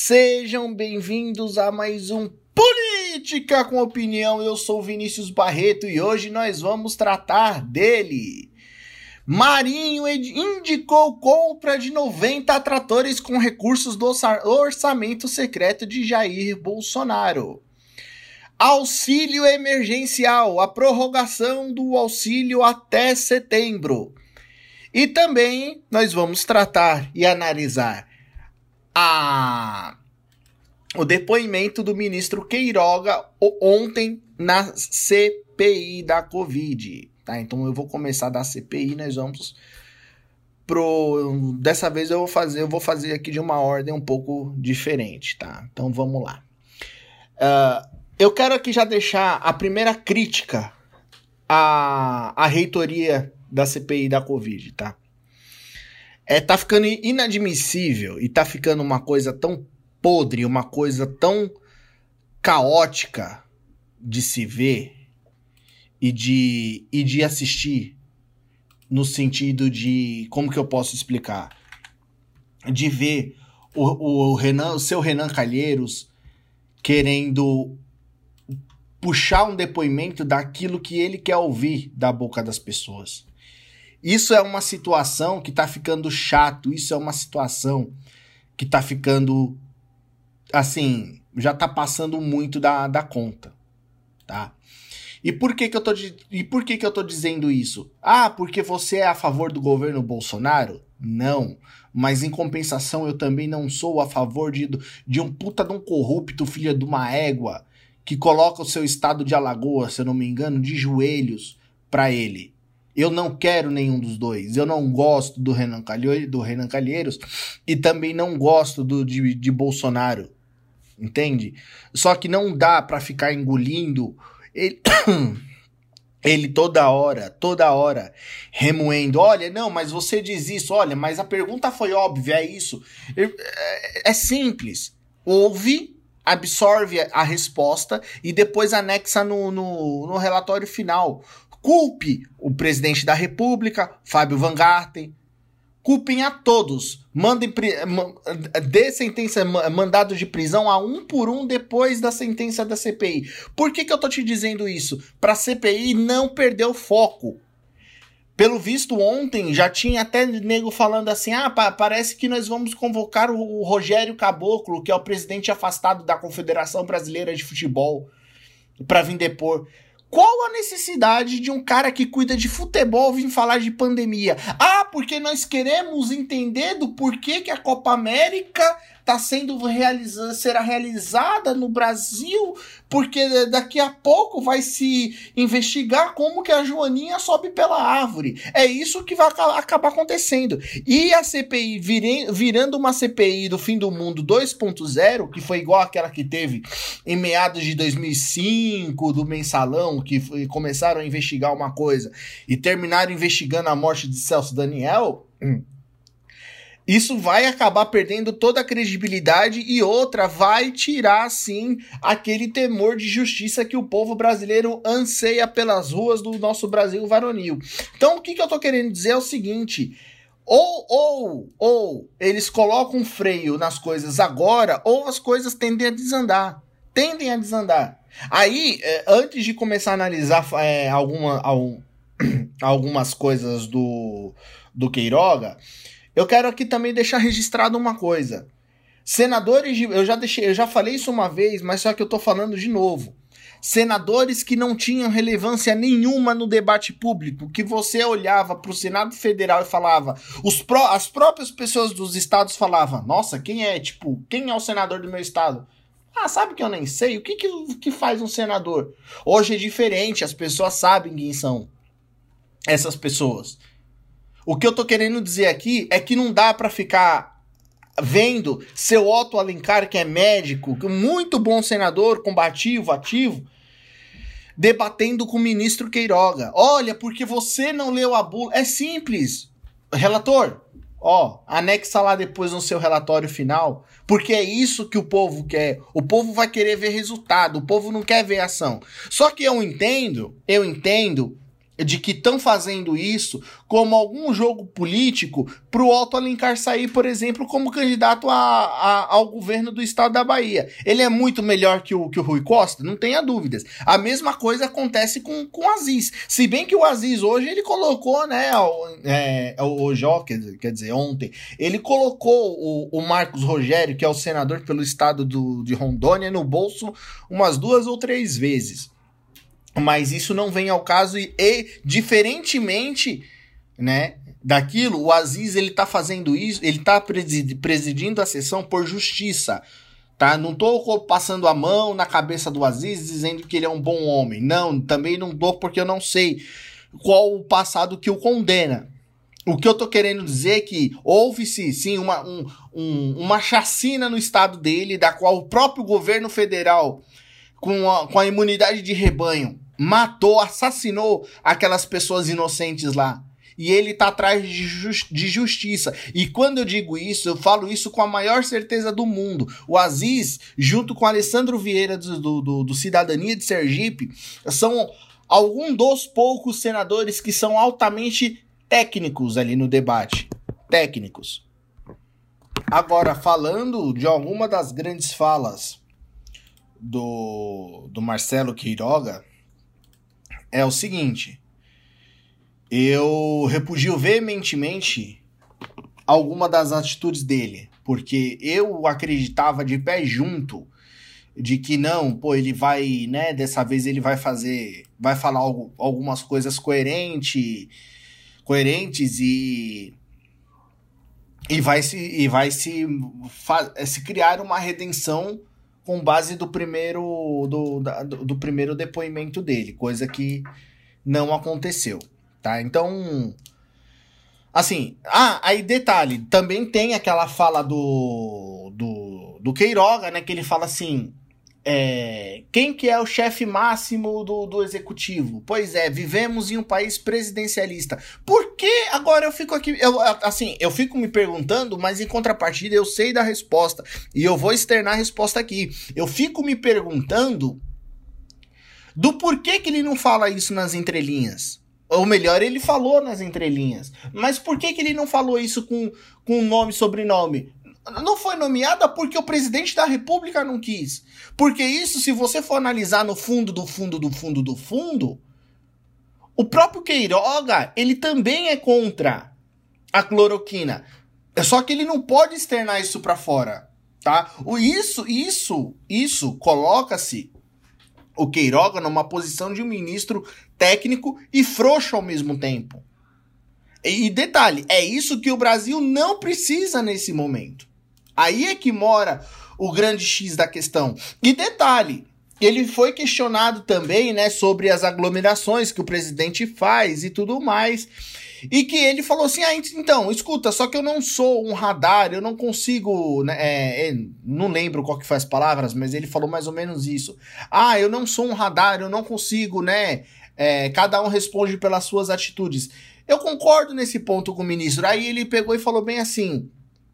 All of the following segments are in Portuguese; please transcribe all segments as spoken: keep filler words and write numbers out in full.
Sejam bem-vindos a mais um Política com Opinião. Eu sou Vinícius Barreto e hoje nós vamos tratar dele. Marinho indicou compra de noventa tratores com recursos do orçamento secreto de Jair Bolsonaro. Auxílio emergencial, a prorrogação do auxílio até setembro. E também nós vamos tratar e analisar a... o depoimento do ministro Queiroga ontem na C P I da Covid. Tá? Então eu vou começar da C P I, nós vamos pro... Dessa vez eu vou fazer, eu vou fazer aqui de uma ordem um pouco diferente, tá? Então vamos lá. Uh, eu quero aqui já deixar a primeira crítica à, à reitoria da C P I da Covid, tá? É, tá ficando inadmissível e tá ficando uma coisa tão podre, uma coisa tão caótica de se ver e de, e de assistir, no sentido de, como que eu posso explicar? De ver o, o, Renan, o seu Renan Calheiros querendo puxar um depoimento daquilo que ele quer ouvir da boca das pessoas. Isso é uma situação que tá ficando chato, isso é uma situação que tá ficando, assim, já tá passando muito da, da conta, tá? E por que que eu tô, e por que que eu tô dizendo isso? Ah, porque você é a favor do governo Bolsonaro? Não, mas em compensação eu também não sou a favor de, de um puta de um corrupto filho de uma égua que coloca o seu estado de Alagoas, se eu não me engano, de joelhos pra ele. Eu não quero nenhum dos dois. Eu não gosto do Renan Calheiros, do Renan Calheiros e também não gosto do, de, de Bolsonaro. Entende? Só que não dá pra ficar engolindo ele, ele toda hora, toda hora, remoendo. Olha, não, mas você diz isso. Olha, mas a pergunta foi óbvia, é isso. É, é simples. Ouve, absorve a resposta e depois anexa no, no, no relatório final. Culpe o presidente da República, Fábio Van Garten. Culpem a todos. Mandem, dê sentença, mandado de prisão a um por um depois da sentença da C P I. Por que que eu tô te dizendo isso? Para a C P I não perder o foco. Pelo visto, ontem já tinha até nego falando assim, ah, pa- parece que nós vamos convocar o, o Rogério Caboclo, que é o presidente afastado da Confederação Brasileira de Futebol, para vir depor. Qual a necessidade de um cara que cuida de futebol vir falar de pandemia? Ah, porque nós queremos entender do porquê que a Copa América está sendo realizada, será realizada no Brasil, porque daqui a pouco vai se investigar como que a Joaninha sobe pela árvore. É isso que vai acabar acontecendo. E a C P I virem, virando uma C P I do fim do mundo dois ponto zero, que foi igual àquela que teve em meados de dois mil e cinco, do Mensalão, que foi, começaram a investigar uma coisa e terminaram investigando a morte de Celso Daniel. Hum. Isso vai acabar perdendo toda a credibilidade e outra, vai tirar, sim, aquele temor de justiça que o povo brasileiro anseia pelas ruas do nosso Brasil varonil. Então, o que, que eu tô querendo dizer é o seguinte, ou, ou, ou eles colocam um freio nas coisas agora, ou as coisas tendem a desandar. Tendem a desandar. Aí, antes de começar a analisar é, alguma, algumas coisas do, do Queiroga, eu quero aqui também deixar registrado uma coisa. Senadores, de, eu já deixei, eu já falei isso uma vez, mas só que eu tô falando de novo. Senadores que não tinham relevância nenhuma no debate público, que você olhava para o Senado Federal e falava, os pró, as próprias pessoas dos estados falavam, nossa, quem é, tipo, quem é o senador do meu estado? Ah, sabe que eu nem sei? O que, que, que faz um senador? Hoje é diferente, as pessoas sabem quem são essas pessoas. O que eu tô querendo dizer aqui é que não dá pra ficar vendo seu Otto Alencar, que é médico, muito bom senador, combativo, ativo, debatendo com o ministro Queiroga. Olha, porque você não leu a bula. É simples. Relator, ó, anexa lá depois no seu relatório final, porque é isso que o povo quer. O povo vai querer ver resultado, o povo não quer ver ação. Só que eu entendo, eu entendo de que estão fazendo isso como algum jogo político para o Otto Alencar sair, por exemplo, como candidato a, a, ao governo do estado da Bahia. Ele é muito melhor que o, que o Rui Costa? Não tenha dúvidas. A mesma coisa acontece com, com o Aziz. Se bem que o Aziz hoje ele colocou, né, é, hoje, ó, quer, quer dizer, ontem, ele colocou o, o Marcos Rogério, que é o senador pelo estado do, de Rondônia, no bolso umas duas ou três vezes. Mas isso não vem ao caso e, e diferentemente, né, daquilo, o Aziz, ele tá fazendo isso, ele tá presidindo a sessão por justiça, tá? Não tô passando a mão na cabeça do Aziz dizendo que ele é um bom homem. Não, também não dou porque eu não sei qual o passado que o condena. O que eu tô querendo dizer é que houve-se, sim, uma, um, um, uma chacina no estado dele, da qual o próprio governo federal, com a, com a imunidade de rebanho, matou, assassinou aquelas pessoas inocentes lá. E ele tá atrás de, just, de justiça. E quando eu digo isso, eu falo isso com a maior certeza do mundo. O Aziz, junto com o Alessandro Vieira do, do, do Cidadania de Sergipe, são alguns dos poucos senadores que são altamente técnicos ali no debate. Técnicos. Agora, falando de alguma das grandes falas do, do Marcelo Queiroga, é o seguinte: eu repugio veementemente alguma das atitudes dele, porque eu acreditava de pé junto de que não, pô, ele vai, né, dessa vez ele vai fazer, vai falar algo, algumas coisas coerente, coerentes e e vai se, e vai se, se criar uma redenção com base do primeiro, do, da, do primeiro depoimento dele, coisa que não aconteceu, tá? Então, assim, ah, aí detalhe, também tem aquela fala do, do, do Queiroga, né, que ele fala assim, é, quem que é o chefe máximo do, do executivo? Pois é, vivemos em um país presidencialista. Por que agora eu fico aqui, eu, assim, eu fico me perguntando, mas em contrapartida eu sei da resposta, e eu vou externar a resposta aqui. Eu fico me perguntando do porquê que ele não fala isso nas entrelinhas. Ou melhor, ele falou nas entrelinhas, mas por que que ele não falou isso com, com nome e sobrenome? Não foi nomeada porque o presidente da República não quis. Porque isso, se você for analisar no fundo do fundo do fundo do fundo, o próprio Queiroga, ele também é contra a cloroquina. Só que ele não pode externar isso para fora, tá? Isso, isso, isso coloca-se o Queiroga numa posição de um ministro técnico e frouxo ao mesmo tempo. E detalhe, é isso que o Brasil não precisa nesse momento. Aí é que mora o grande X da questão. E detalhe, ele foi questionado também, né, sobre as aglomerações que o presidente faz e tudo mais. E que ele falou assim, ah, então, escuta, só que eu não sou um radar, eu não consigo, né, é, é, não lembro qual que foi as palavras, mas ele falou mais ou menos isso. Ah, eu não sou um radar, eu não consigo, né, é, cada um responde pelas suas atitudes. Eu concordo nesse ponto com o ministro. Aí ele pegou e falou bem assim,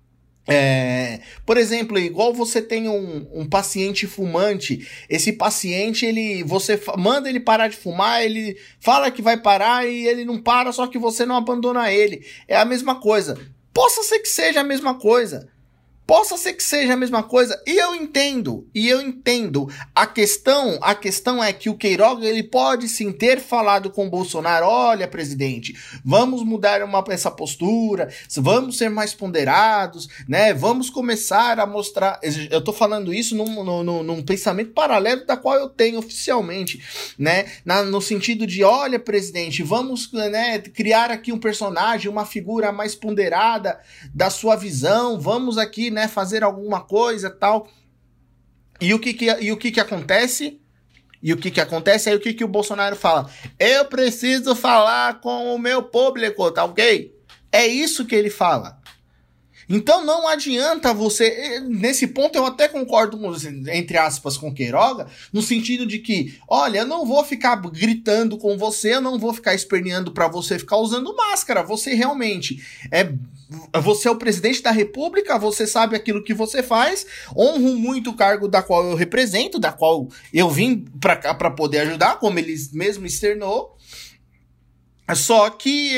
é, por exemplo, igual você tem um, um paciente fumante, esse paciente, ele, você manda ele parar de fumar, ele fala que vai parar e ele não para, só que você não abandona ele. É a mesma coisa. Possa ser que seja a mesma coisa. Possa ser que seja a mesma coisa, e eu entendo, e eu entendo. A questão, a questão é que o Queiroga, ele pode sim ter falado com o Bolsonaro, olha, presidente, vamos mudar uma, essa postura, vamos ser mais ponderados, né, vamos começar a mostrar, eu tô falando isso num, num, num pensamento paralelo da qual eu tenho oficialmente, né, na, no sentido de, olha, presidente, vamos, né, criar aqui um personagem, uma figura mais ponderada da sua visão, vamos aqui, né, fazer alguma coisa tal. E o que que, e o que, que acontece? E o que que acontece? Aí o que que o Bolsonaro fala? Eu preciso falar com o meu público, tá ok? É isso que ele fala. Então não adianta você... Nesse ponto eu até concordo, entre aspas, com Queiroga, no sentido de que, olha, eu não vou ficar gritando com você, eu não vou ficar esperneando pra você ficar usando máscara. Você realmente é... Você é o presidente da República, você sabe aquilo que você faz, honro muito o cargo da qual eu represento, da qual eu vim pra cá pra poder ajudar, como ele mesmo externou. Só que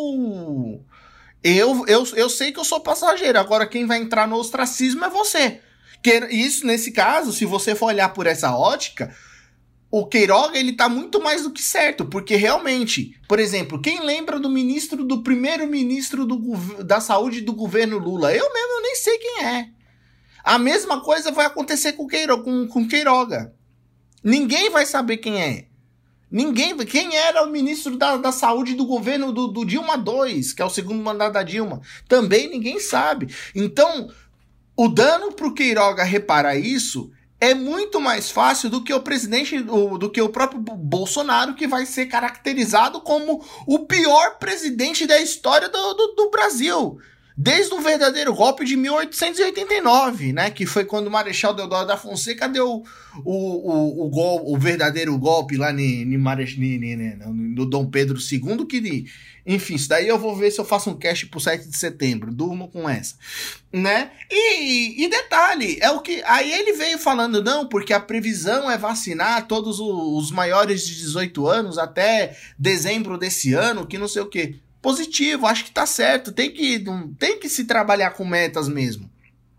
eu, eu, eu, eu sei que eu sou passageiro. Agora quem vai entrar no ostracismo é você. Que isso, nesse caso, se você for olhar por essa ótica, o Queiroga, ele tá muito mais do que certo, porque realmente, por exemplo, quem lembra do ministro, do primeiro ministro do, da saúde do governo Lula? Eu mesmo nem sei quem é. A mesma coisa vai acontecer com Queiroga, com, com Queiroga. Ninguém vai saber quem é. Ninguém, quem era o ministro da, da saúde do governo do, do Dilma dois, que é o segundo mandato da Dilma? Também ninguém sabe. Então, o dano pro Queiroga reparar isso é muito mais fácil do que o presidente, do, do que o próprio Bolsonaro, que vai ser caracterizado como o pior presidente da história do, do, do Brasil. Desde o verdadeiro golpe de mil oitocentos e oitenta e nove, né? Que foi quando o Marechal Deodoro da Fonseca deu o, o, o, gol, o verdadeiro golpe lá ni, ni Marech, ni, ni, ni, no Dom Pedro segundo, que, enfim, isso daí eu vou ver se eu faço um cast pro sete de setembro. Durmo com essa, né? E, e detalhe, é o que... Aí ele veio falando, não, porque a previsão é vacinar todos os maiores de dezoito anos até dezembro desse ano, que não sei o quê. Positivo, acho que tá certo, tem que, tem que se trabalhar com metas mesmo,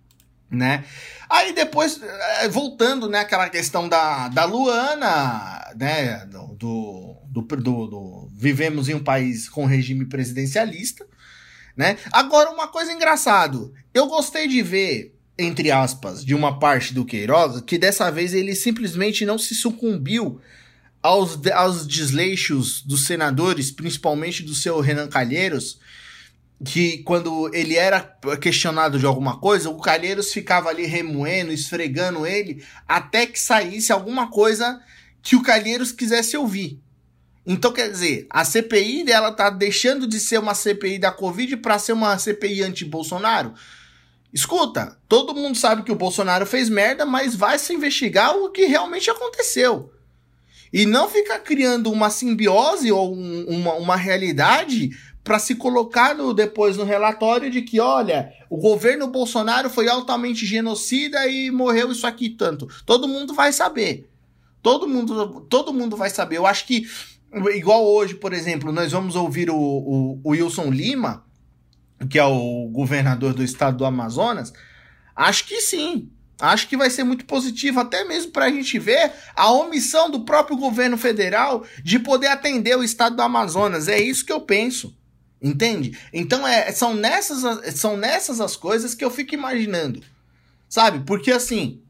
né? Aí depois, voltando, né, aquela questão da, da Luana, né, do, do, do, do, do vivemos em um país com regime presidencialista, né? Agora, uma coisa engraçada, eu gostei de ver, entre aspas, de uma parte do Queiroga, que dessa vez ele simplesmente não se sucumbiu Aos, aos desleixos dos senadores, principalmente do seu Renan Calheiros, que quando ele era questionado de alguma coisa, o Calheiros ficava ali remoendo, esfregando ele, até que saísse alguma coisa que o Calheiros quisesse ouvir. Então, quer dizer, a C P I dela tá deixando de ser uma C P I da Covid para ser uma C P I anti-Bolsonaro. Escuta, todo mundo sabe que o Bolsonaro fez merda, mas vai se investigar o que realmente aconteceu. E não ficar criando uma simbiose ou um, uma, uma realidade para se colocar no, depois no relatório de que, olha, o governo Bolsonaro foi altamente genocida e morreu isso aqui tanto. Todo mundo vai saber. Todo mundo, todo mundo vai saber. Eu acho que, igual hoje, por exemplo, nós vamos ouvir o, o, o Wilson Lima, que é o governador do estado do Amazonas. Acho que sim. Acho que vai ser muito positivo, até mesmo para a gente ver a omissão do próprio governo federal de poder atender o estado do Amazonas. É isso que eu penso, entende? Então é, são, nessas, são nessas as coisas que eu fico imaginando, sabe? Porque assim,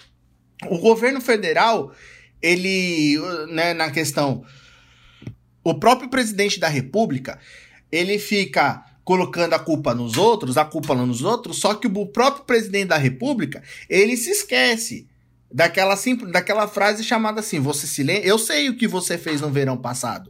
o governo federal, ele, né, na questão, o próprio presidente da República, ele fica colocando a culpa nos outros, a culpa lá nos outros, só que o próprio presidente da República, ele se esquece daquela, simples, daquela frase chamada assim, você se lembra? Eu sei o que você fez no verão passado.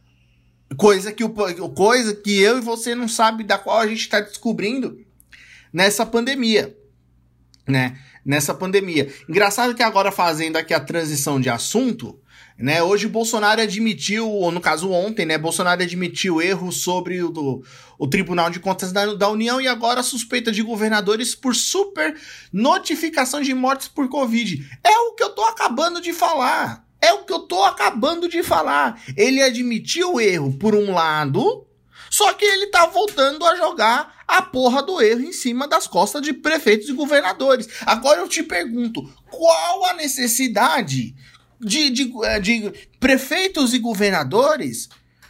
Coisa que, o, coisa que eu e você não sabe, da qual a gente está descobrindo nessa pandemia, né? Nessa pandemia. Engraçado que agora, fazendo aqui a transição de assunto, né, hoje o Bolsonaro admitiu, ou no caso ontem, né, Bolsonaro admitiu erro sobre o, do, o Tribunal de Contas da, da União e agora suspeita de governadores por super notificação de mortes por Covid. É o que eu tô acabando de falar. É o que eu tô acabando de falar. Ele admitiu o erro por um lado, só que ele tá voltando a jogar a porra do erro em cima das costas de prefeitos e governadores. Agora eu te pergunto, qual a necessidade De, de, de prefeitos e governadores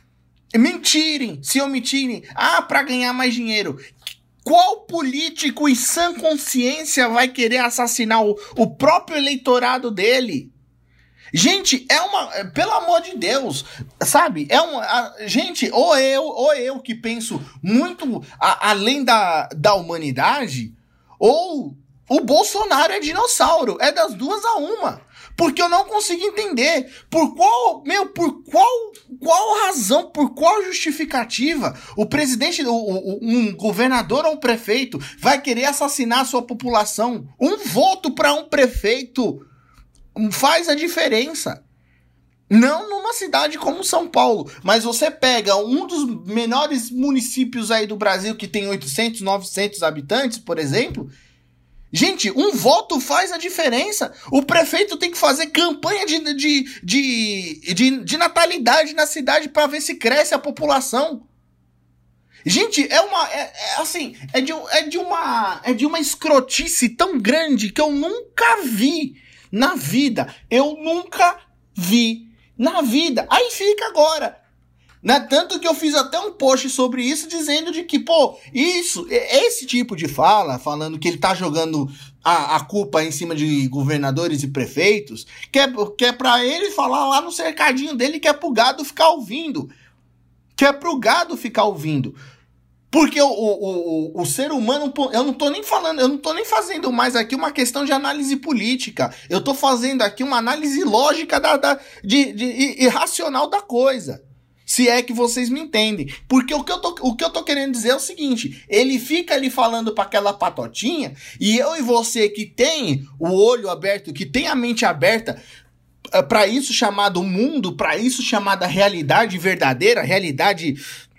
mentirem, se omitirem, ah, para ganhar mais dinheiro? Qual político em sã consciência vai querer assassinar o, o próprio eleitorado dele? Gente, é uma... Pelo amor de Deus, sabe? É uma... A, gente, ou eu, ou eu que penso muito a, além da, da humanidade, ou o Bolsonaro é dinossauro. É das duas a uma. Porque eu não consigo entender por qual, meu, por qual, qual razão, por qual justificativa o presidente, o, o, um governador ou um prefeito vai querer assassinar a sua população. Um voto para um prefeito faz a diferença. Não numa cidade como São Paulo, mas você pega um dos menores municípios aí do Brasil que tem oitocentos, novecentos habitantes, por exemplo. Gente, um voto faz a diferença. O prefeito tem que fazer campanha de, de, de, de, de natalidade na cidade para ver se cresce a população. Gente, é uma, é, é assim, é de, é, de uma, é de uma escrotice tão grande que eu nunca vi na vida. Eu nunca vi na vida. Aí fica agora. Né? Tanto que eu fiz até um post sobre isso, dizendo de que, pô, isso, esse tipo de fala, falando que ele tá jogando a, a culpa em cima de governadores e prefeitos, que é, que é pra ele falar lá no cercadinho dele, que é pro gado ficar ouvindo. Que é pro gado ficar ouvindo. Porque o, o, o, o ser humano, eu não tô nem falando, eu não tô nem fazendo mais aqui uma questão de análise política. Eu tô fazendo aqui uma análise lógica da, da, de, de, e racional da coisa. Se é que vocês me entendem. Porque o que, eu tô, o que eu tô querendo dizer é o seguinte. Ele fica ali falando pra aquela patotinha. E eu e você que tem o olho aberto, que tem a mente aberta para isso chamado mundo, para isso chamada realidade verdadeira, realidade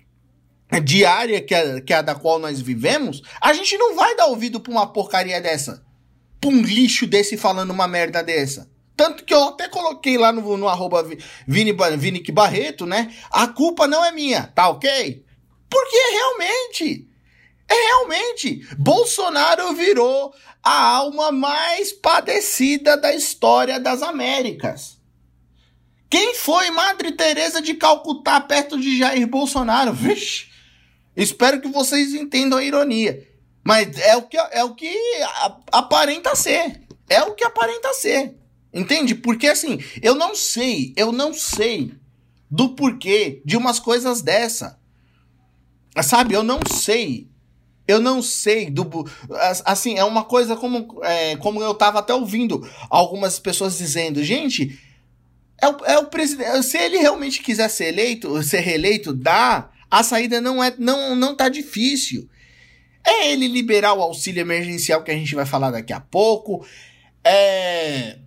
diária que é, que é a da qual nós vivemos, a gente não vai dar ouvido pra uma porcaria dessa. Pra um lixo desse falando uma merda dessa. Tanto que eu até coloquei lá no, no arroba Vini, Vini Barreto, né? A culpa não é minha, tá ok? Porque realmente, é realmente, Bolsonaro virou a alma mais padecida da história das Américas. Quem foi Madre Teresa de Calcutá perto de Jair Bolsonaro? Vixe, espero que vocês entendam a ironia. Mas é o que, é o que aparenta ser. É o que aparenta ser. Entende? Porque assim, eu não sei, eu não sei do porquê de umas coisas dessa. Sabe? Eu não sei. Eu não sei do... Assim, é uma coisa como, é, como eu tava até ouvindo algumas pessoas dizendo, gente, é o, é o presidente... Se ele realmente quiser ser eleito, ser reeleito, dá. A saída não, é, não, não tá difícil. É ele liberar o auxílio emergencial que a gente vai falar daqui a pouco. É...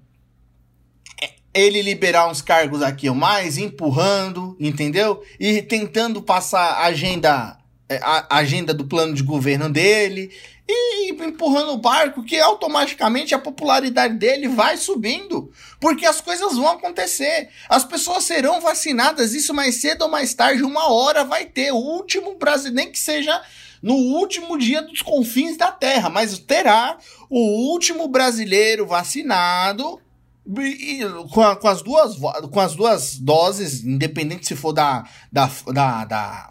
Ele liberar uns cargos aqui ou mais, empurrando, entendeu? E tentando passar a agenda, a agenda do plano de governo dele, e empurrando o barco, que automaticamente a popularidade dele vai subindo, porque as coisas vão acontecer. As pessoas serão vacinadas, isso mais cedo ou mais tarde, uma hora vai ter. O último brasileiro, nem que seja no último dia dos confins da terra, mas terá o último brasileiro vacinado. E, com, a, com, as duas, com as duas doses, independente se for da da da da,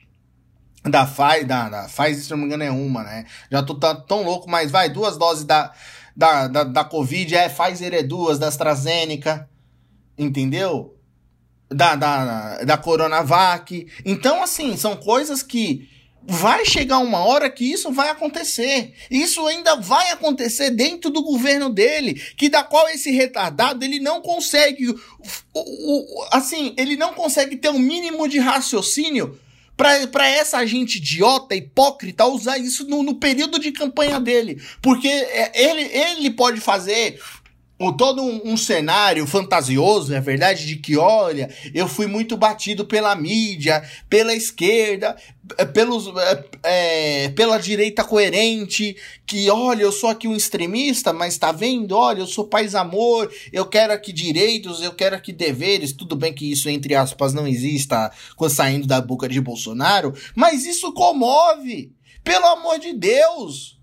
da, Pfizer, da, da Pfizer, se não me engano é uma, né? Já tô tão, tão louco, mas vai, duas doses da, da, da, da Covid, é, Pfizer é duas, da AstraZeneca, entendeu? Da, da, da Coronavac. Então, assim, são coisas que vai chegar uma hora que isso vai acontecer. Isso ainda vai acontecer dentro do governo dele, que da qual esse retardado, ele não consegue, o, o, assim, ele não consegue ter um mínimo de raciocínio para essa gente idiota, hipócrita, usar isso no, no período de campanha dele. Porque ele, ele pode fazer todo um, um cenário fantasioso, é verdade, de que, olha, eu fui muito batido pela mídia, pela esquerda, pelos, é, pela direita coerente, que, olha, eu sou aqui um extremista, mas tá vendo, olha, eu sou paz-amor, eu quero aqui direitos, eu quero aqui deveres, tudo bem que isso, entre aspas, não exista saindo da boca de Bolsonaro, mas isso comove, pelo amor de Deus.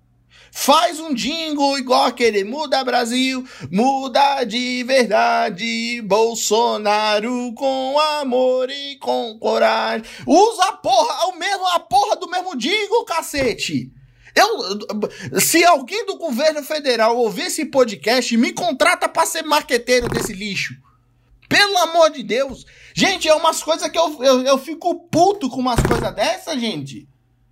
Faz um jingle igual aquele, muda Brasil, muda de verdade, Bolsonaro com amor e com coragem. Usa a porra, o mesmo, a porra do mesmo jingle, cacete. Eu, se alguém do governo federal ouvir esse podcast, me contrata pra ser marqueteiro desse lixo. Pelo amor de Deus. Gente, é umas coisas que eu, eu, eu fico puto com umas coisas dessas, gente.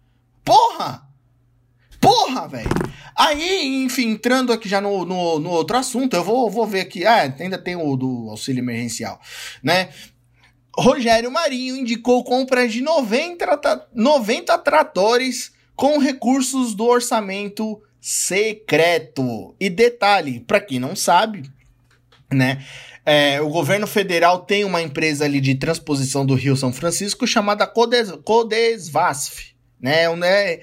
Porra. Porra, velho. Aí, enfim, entrando aqui já no, no, no outro assunto, eu vou, vou ver aqui. Ah, ainda tem o do auxílio emergencial, né? Rogério Marinho indicou compras de noventa, noventa tratores com recursos do orçamento secreto. E detalhe, para quem não sabe, né? É, o governo federal tem uma empresa ali de transposição do Rio São Francisco chamada Codes, Codesvasf, né? É,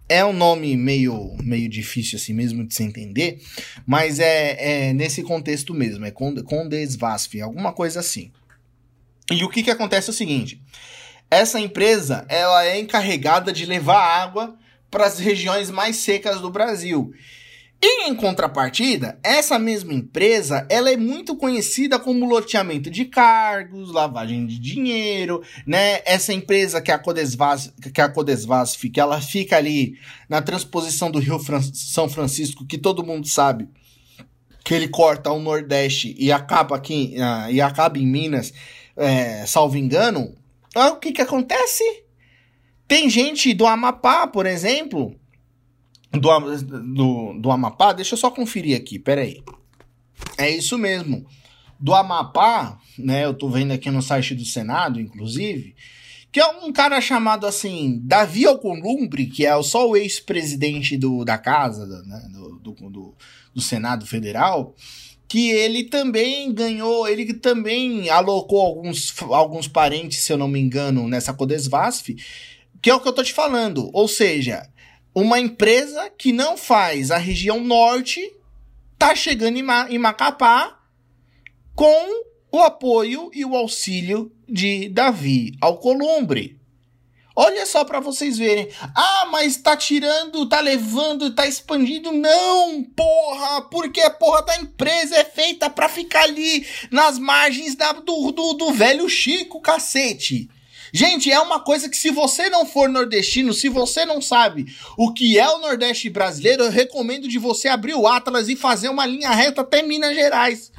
é um nome meio, meio difícil assim mesmo de se entender, mas é, é nesse contexto mesmo, é Condesvasf, alguma coisa assim. E o que que acontece é o seguinte, essa empresa, ela é encarregada de levar água para as regiões mais secas do Brasil. E em contrapartida, essa mesma empresa, ela é muito conhecida como loteamento de cargos, lavagem de dinheiro, né? Essa empresa que é a Codesvasf, que é a Codesvasf, que ela fica ali na transposição do Rio Fran- São Francisco, que todo mundo sabe que ele corta o Nordeste e acaba aqui, uh, e acaba em Minas, é, salvo engano. Ah, o que que acontece? Tem gente do Amapá, por exemplo, do, do, do Amapá, deixa eu só conferir aqui, peraí. É isso mesmo. Do Amapá, né, eu tô vendo aqui no site do Senado, inclusive, que é um cara chamado assim, Davi Alcolumbre, que é só o ex-presidente do, da casa, né, do, do, do, do Senado Federal, que ele também ganhou, ele também alocou alguns, alguns parentes, se eu não me engano, nessa Codesvasf, que é o que eu tô te falando, ou seja, uma empresa que não faz a região norte tá chegando em, Ma- em Macapá com o apoio e o auxílio de Davi Alcolumbre. Olha só para vocês verem. Ah, mas tá tirando, tá levando, tá expandindo. Não, porra, porque a porra da empresa é feita pra ficar ali nas margens da, do, do, do velho Chico, cacete. Gente, é uma coisa que se você não for nordestino, se você não sabe o que é o Nordeste brasileiro, eu recomendo de você abrir o Atlas e fazer uma linha reta até Minas Gerais.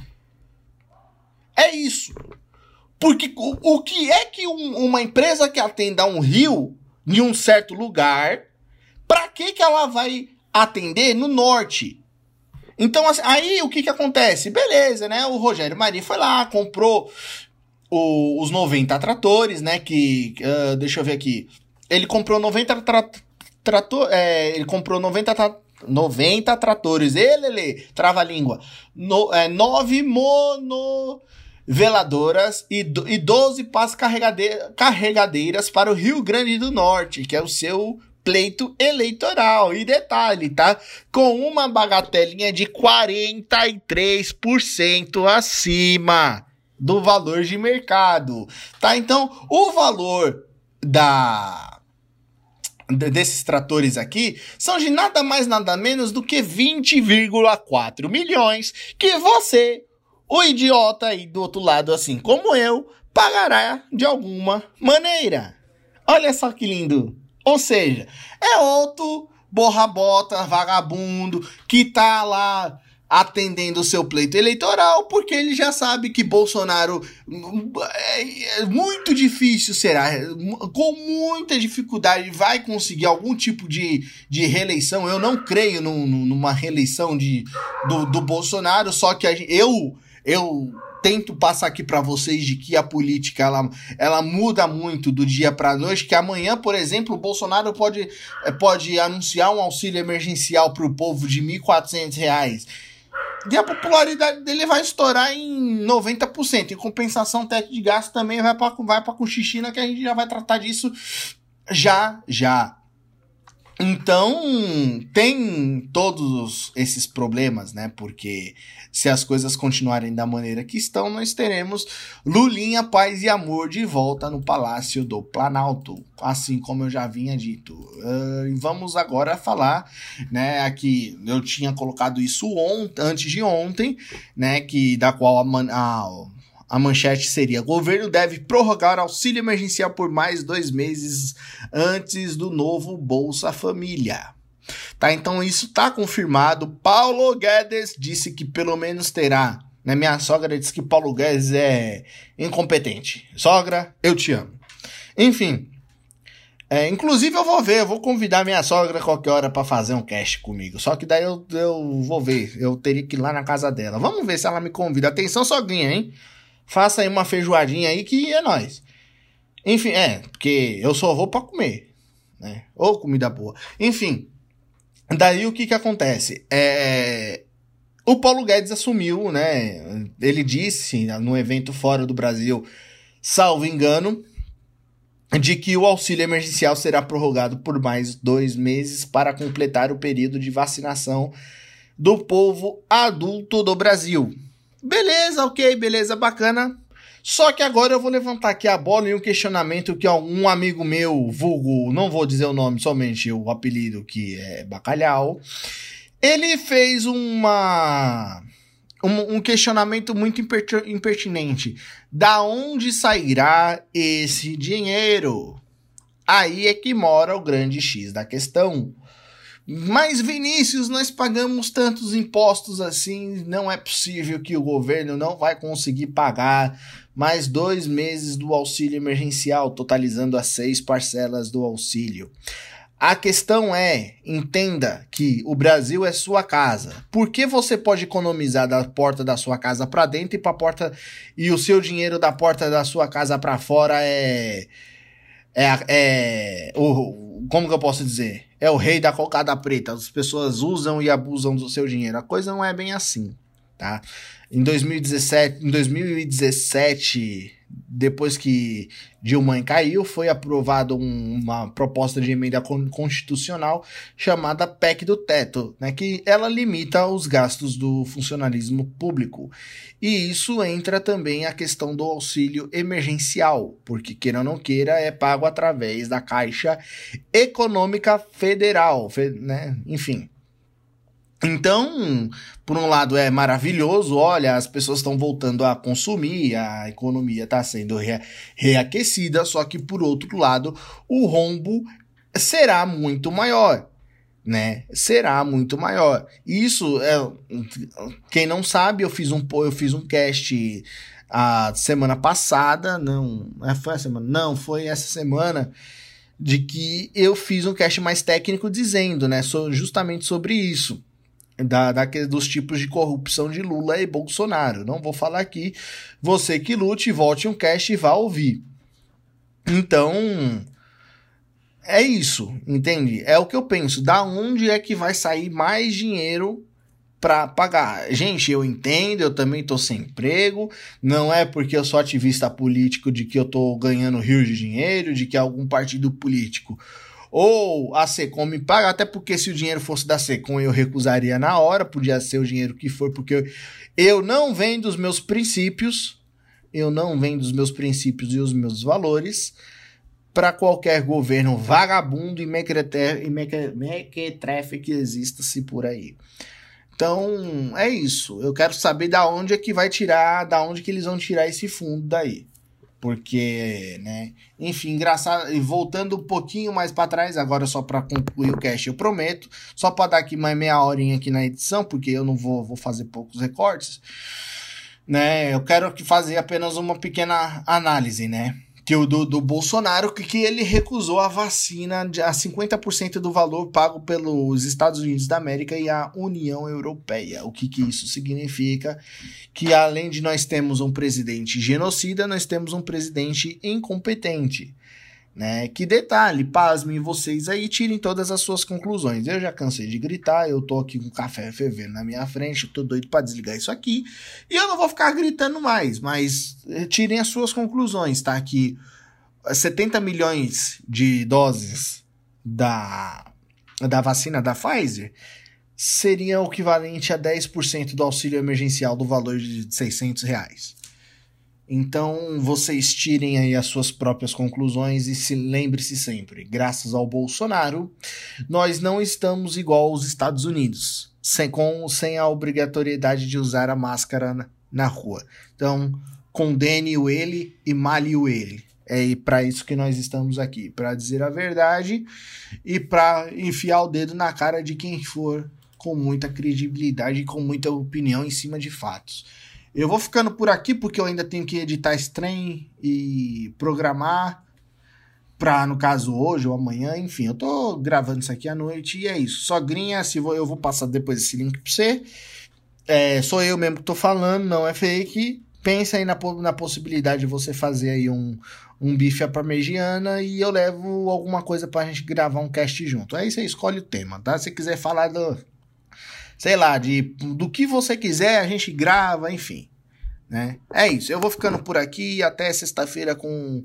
É isso. Porque o, o que é que um, uma empresa que atenda um rio em um certo lugar, pra que que ela vai atender no norte? Então, assim, aí o que que acontece? Beleza, né? O Rogério Marinho foi lá, comprou o, os noventa tratores, né? Que, uh, deixa eu ver aqui. Ele comprou noventa tra- trator, é, ele comprou noventa, tra- noventa tratores. Ele, ele, trava a língua. No, é, nove mono... veladoras e, do, e doze pás carregade, carregadeiras para o Rio Grande do Norte, que é o seu pleito eleitoral. E detalhe, tá? Com uma bagatelinha de quarenta e três por cento acima do valor de mercado, tá? Então, o valor da... desses tratores aqui são de nada mais nada menos do que vinte vírgula quatro milhões que você, o idiota aí do outro lado, assim como eu, pagará de alguma maneira. Olha só que lindo. Ou seja, é outro borra-bota, vagabundo, que tá lá atendendo o seu pleito eleitoral, porque ele já sabe que Bolsonaro é muito difícil será, com muita dificuldade vai conseguir algum tipo de, de reeleição. Eu não creio no, no, numa reeleição de, do, do Bolsonaro, só que a, eu... eu tento passar aqui para vocês de que a política ela, ela muda muito do dia para noite, que amanhã, por exemplo, o Bolsonaro pode, pode anunciar um auxílio emergencial para o povo de mil e quatrocentos reais. E a popularidade dele vai estourar em noventa por cento. Em compensação, o teto de gasto também vai para vai para Cochichina, que a gente já vai tratar disso já, já. Então, tem todos esses problemas, né? Porque se as coisas continuarem da maneira que estão, nós teremos Lulinha, paz e amor de volta no Palácio do Planalto, assim como eu já vinha dito. Uh, vamos agora falar, né? Aqui eu tinha colocado isso ontem, antes de ontem, né? Que da qual a, man, a A manchete seria: governo deve prorrogar auxílio emergencial por mais dois meses antes do novo Bolsa Família. Tá, então isso tá confirmado. Paulo Guedes disse que pelo menos terá. Né? Minha sogra disse que Paulo Guedes é incompetente. Sogra, eu te amo. Enfim. É, inclusive eu vou ver, eu vou convidar minha sogra qualquer hora pra fazer um cast comigo. Só que daí eu, eu vou ver. Eu teria que ir lá na casa dela. Vamos ver se ela me convida. Atenção, sogrinha, hein? Faça aí uma feijoadinha aí que é nóis. Enfim, é, porque eu só vou pra comer, né? Ou comida boa. Enfim, daí o que que acontece? É, o Paulo Guedes assumiu, né? Ele disse no evento fora do Brasil, salvo engano, de que o auxílio emergencial será prorrogado por mais dois meses para completar o período de vacinação do povo adulto do Brasil. Beleza, ok, beleza, bacana. Só que agora eu vou levantar aqui a bola em um questionamento que um amigo meu, vulgo, não vou dizer o nome, somente o apelido, que é Bacalhau, ele fez uma, um, um questionamento muito impertinente. Da onde sairá esse dinheiro? Aí é que mora o grande X da questão. Mas, Vinícius, nós pagamos tantos impostos assim, não é possível que o governo não vai conseguir pagar mais dois meses do auxílio emergencial, totalizando as seis parcelas do auxílio. A questão é, entenda que o Brasil é sua casa. Por que você pode economizar da porta da sua casa para dentro e para porta e o seu dinheiro da porta da sua casa para fora é é, é o, como que eu posso dizer? É o rei da cocada preta. As pessoas usam e abusam do seu dinheiro. A coisa não é bem assim, tá? Em dois mil e dezessete, em dois mil e dezessete, depois que Dilma caiu, foi aprovada um, uma proposta de emenda constitucional chamada P E C do Teto, né, que ela limita os gastos do funcionalismo público. E isso entra também a questão do auxílio emergencial, porque queira ou não queira, é pago através da Caixa Econômica Federal, né? Enfim. Então, por um lado é maravilhoso, olha, as pessoas estão voltando a consumir, a economia está sendo re- reaquecida, só que por outro lado, o rombo será muito maior, né? Será muito maior. Isso, é, quem não sabe, eu fiz um, eu fiz um cast a semana passada, não, foi a semana, não, foi essa semana, de que eu fiz um cast mais técnico dizendo, né, so, justamente sobre isso. Da, da, dos tipos de corrupção de Lula e Bolsonaro. Não vou falar aqui. Você que lute, volte um cast e vá ouvir. Então, é isso, entende? É o que eu penso. Da onde é que vai sair mais dinheiro para pagar? Gente, eu entendo, eu também tô sem emprego. Não é porque eu sou ativista político de que eu tô ganhando rios de dinheiro, de que algum partido político ou a Secom me paga, até porque se o dinheiro fosse da Secom eu recusaria na hora, podia ser o dinheiro que for, porque eu, eu não vendo os meus princípios, eu não vendo os meus princípios e os meus valores para qualquer governo vagabundo e mequetrefe, mequetrefe que exista-se por aí. Então, é isso. Eu quero saber da onde é que vai tirar, da onde que eles vão tirar esse fundo daí. Porque, né, enfim, engraçado, e voltando um pouquinho mais para trás, agora só para concluir o cast, eu prometo, só para dar aqui mais meia horinha aqui na edição, porque eu não vou, vou fazer poucos recortes, né, eu quero fazer apenas uma pequena análise, né, que o do, do Bolsonaro, que, que ele recusou a vacina de, a cinquenta por cento do valor pago pelos Estados Unidos da América e a União Europeia. O que, que isso significa? Que além de nós termos um presidente genocida, nós temos um presidente incompetente, né? Que detalhe, pasmem vocês aí, tirem todas as suas conclusões. Eu já cansei de gritar, eu tô aqui com o café fervendo na minha frente, eu tô doido para desligar isso aqui, e eu não vou ficar gritando mais, mas tirem as suas conclusões, tá? Que setenta milhões de doses da, da vacina da Pfizer seria o equivalente a dez por cento do auxílio emergencial do valor de seiscentos reais. Então, vocês tirem aí as suas próprias conclusões e se lembre-se sempre, graças ao Bolsonaro, nós não estamos igual aos Estados Unidos, sem, com, sem a obrigatoriedade de usar a máscara na, na rua. Então, condene-o ele e male-o ele. É para isso que nós estamos aqui, para dizer a verdade e para enfiar o dedo na cara de quem for com muita credibilidade e com muita opinião em cima de fatos. Eu vou ficando por aqui porque eu ainda tenho que editar esse trem e programar para, no caso, hoje ou amanhã, enfim, eu tô gravando isso aqui à noite e é isso. Sogrinha, se vou, eu vou passar depois esse link para você. É, sou eu mesmo que tô falando, não é fake. Pensa aí na, na possibilidade de você fazer aí um, um bife à parmegiana e eu levo alguma coisa pra gente gravar um cast junto. Aí você escolhe o tema, tá? Se você quiser falar do... sei lá, de, do que você quiser, a gente grava, enfim, né? É isso, eu vou ficando por aqui, até sexta-feira com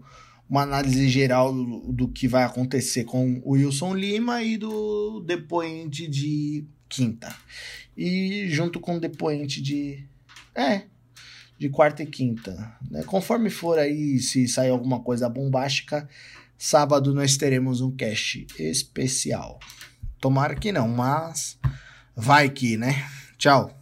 uma análise geral do, do que vai acontecer com o Wilson Lima e do depoente de quinta. E junto com o depoente de... É, de quarta e quinta. Né? Conforme for aí, se sair alguma coisa bombástica, sábado nós teremos um cast especial. Tomara que não, mas vai que, né? Tchau.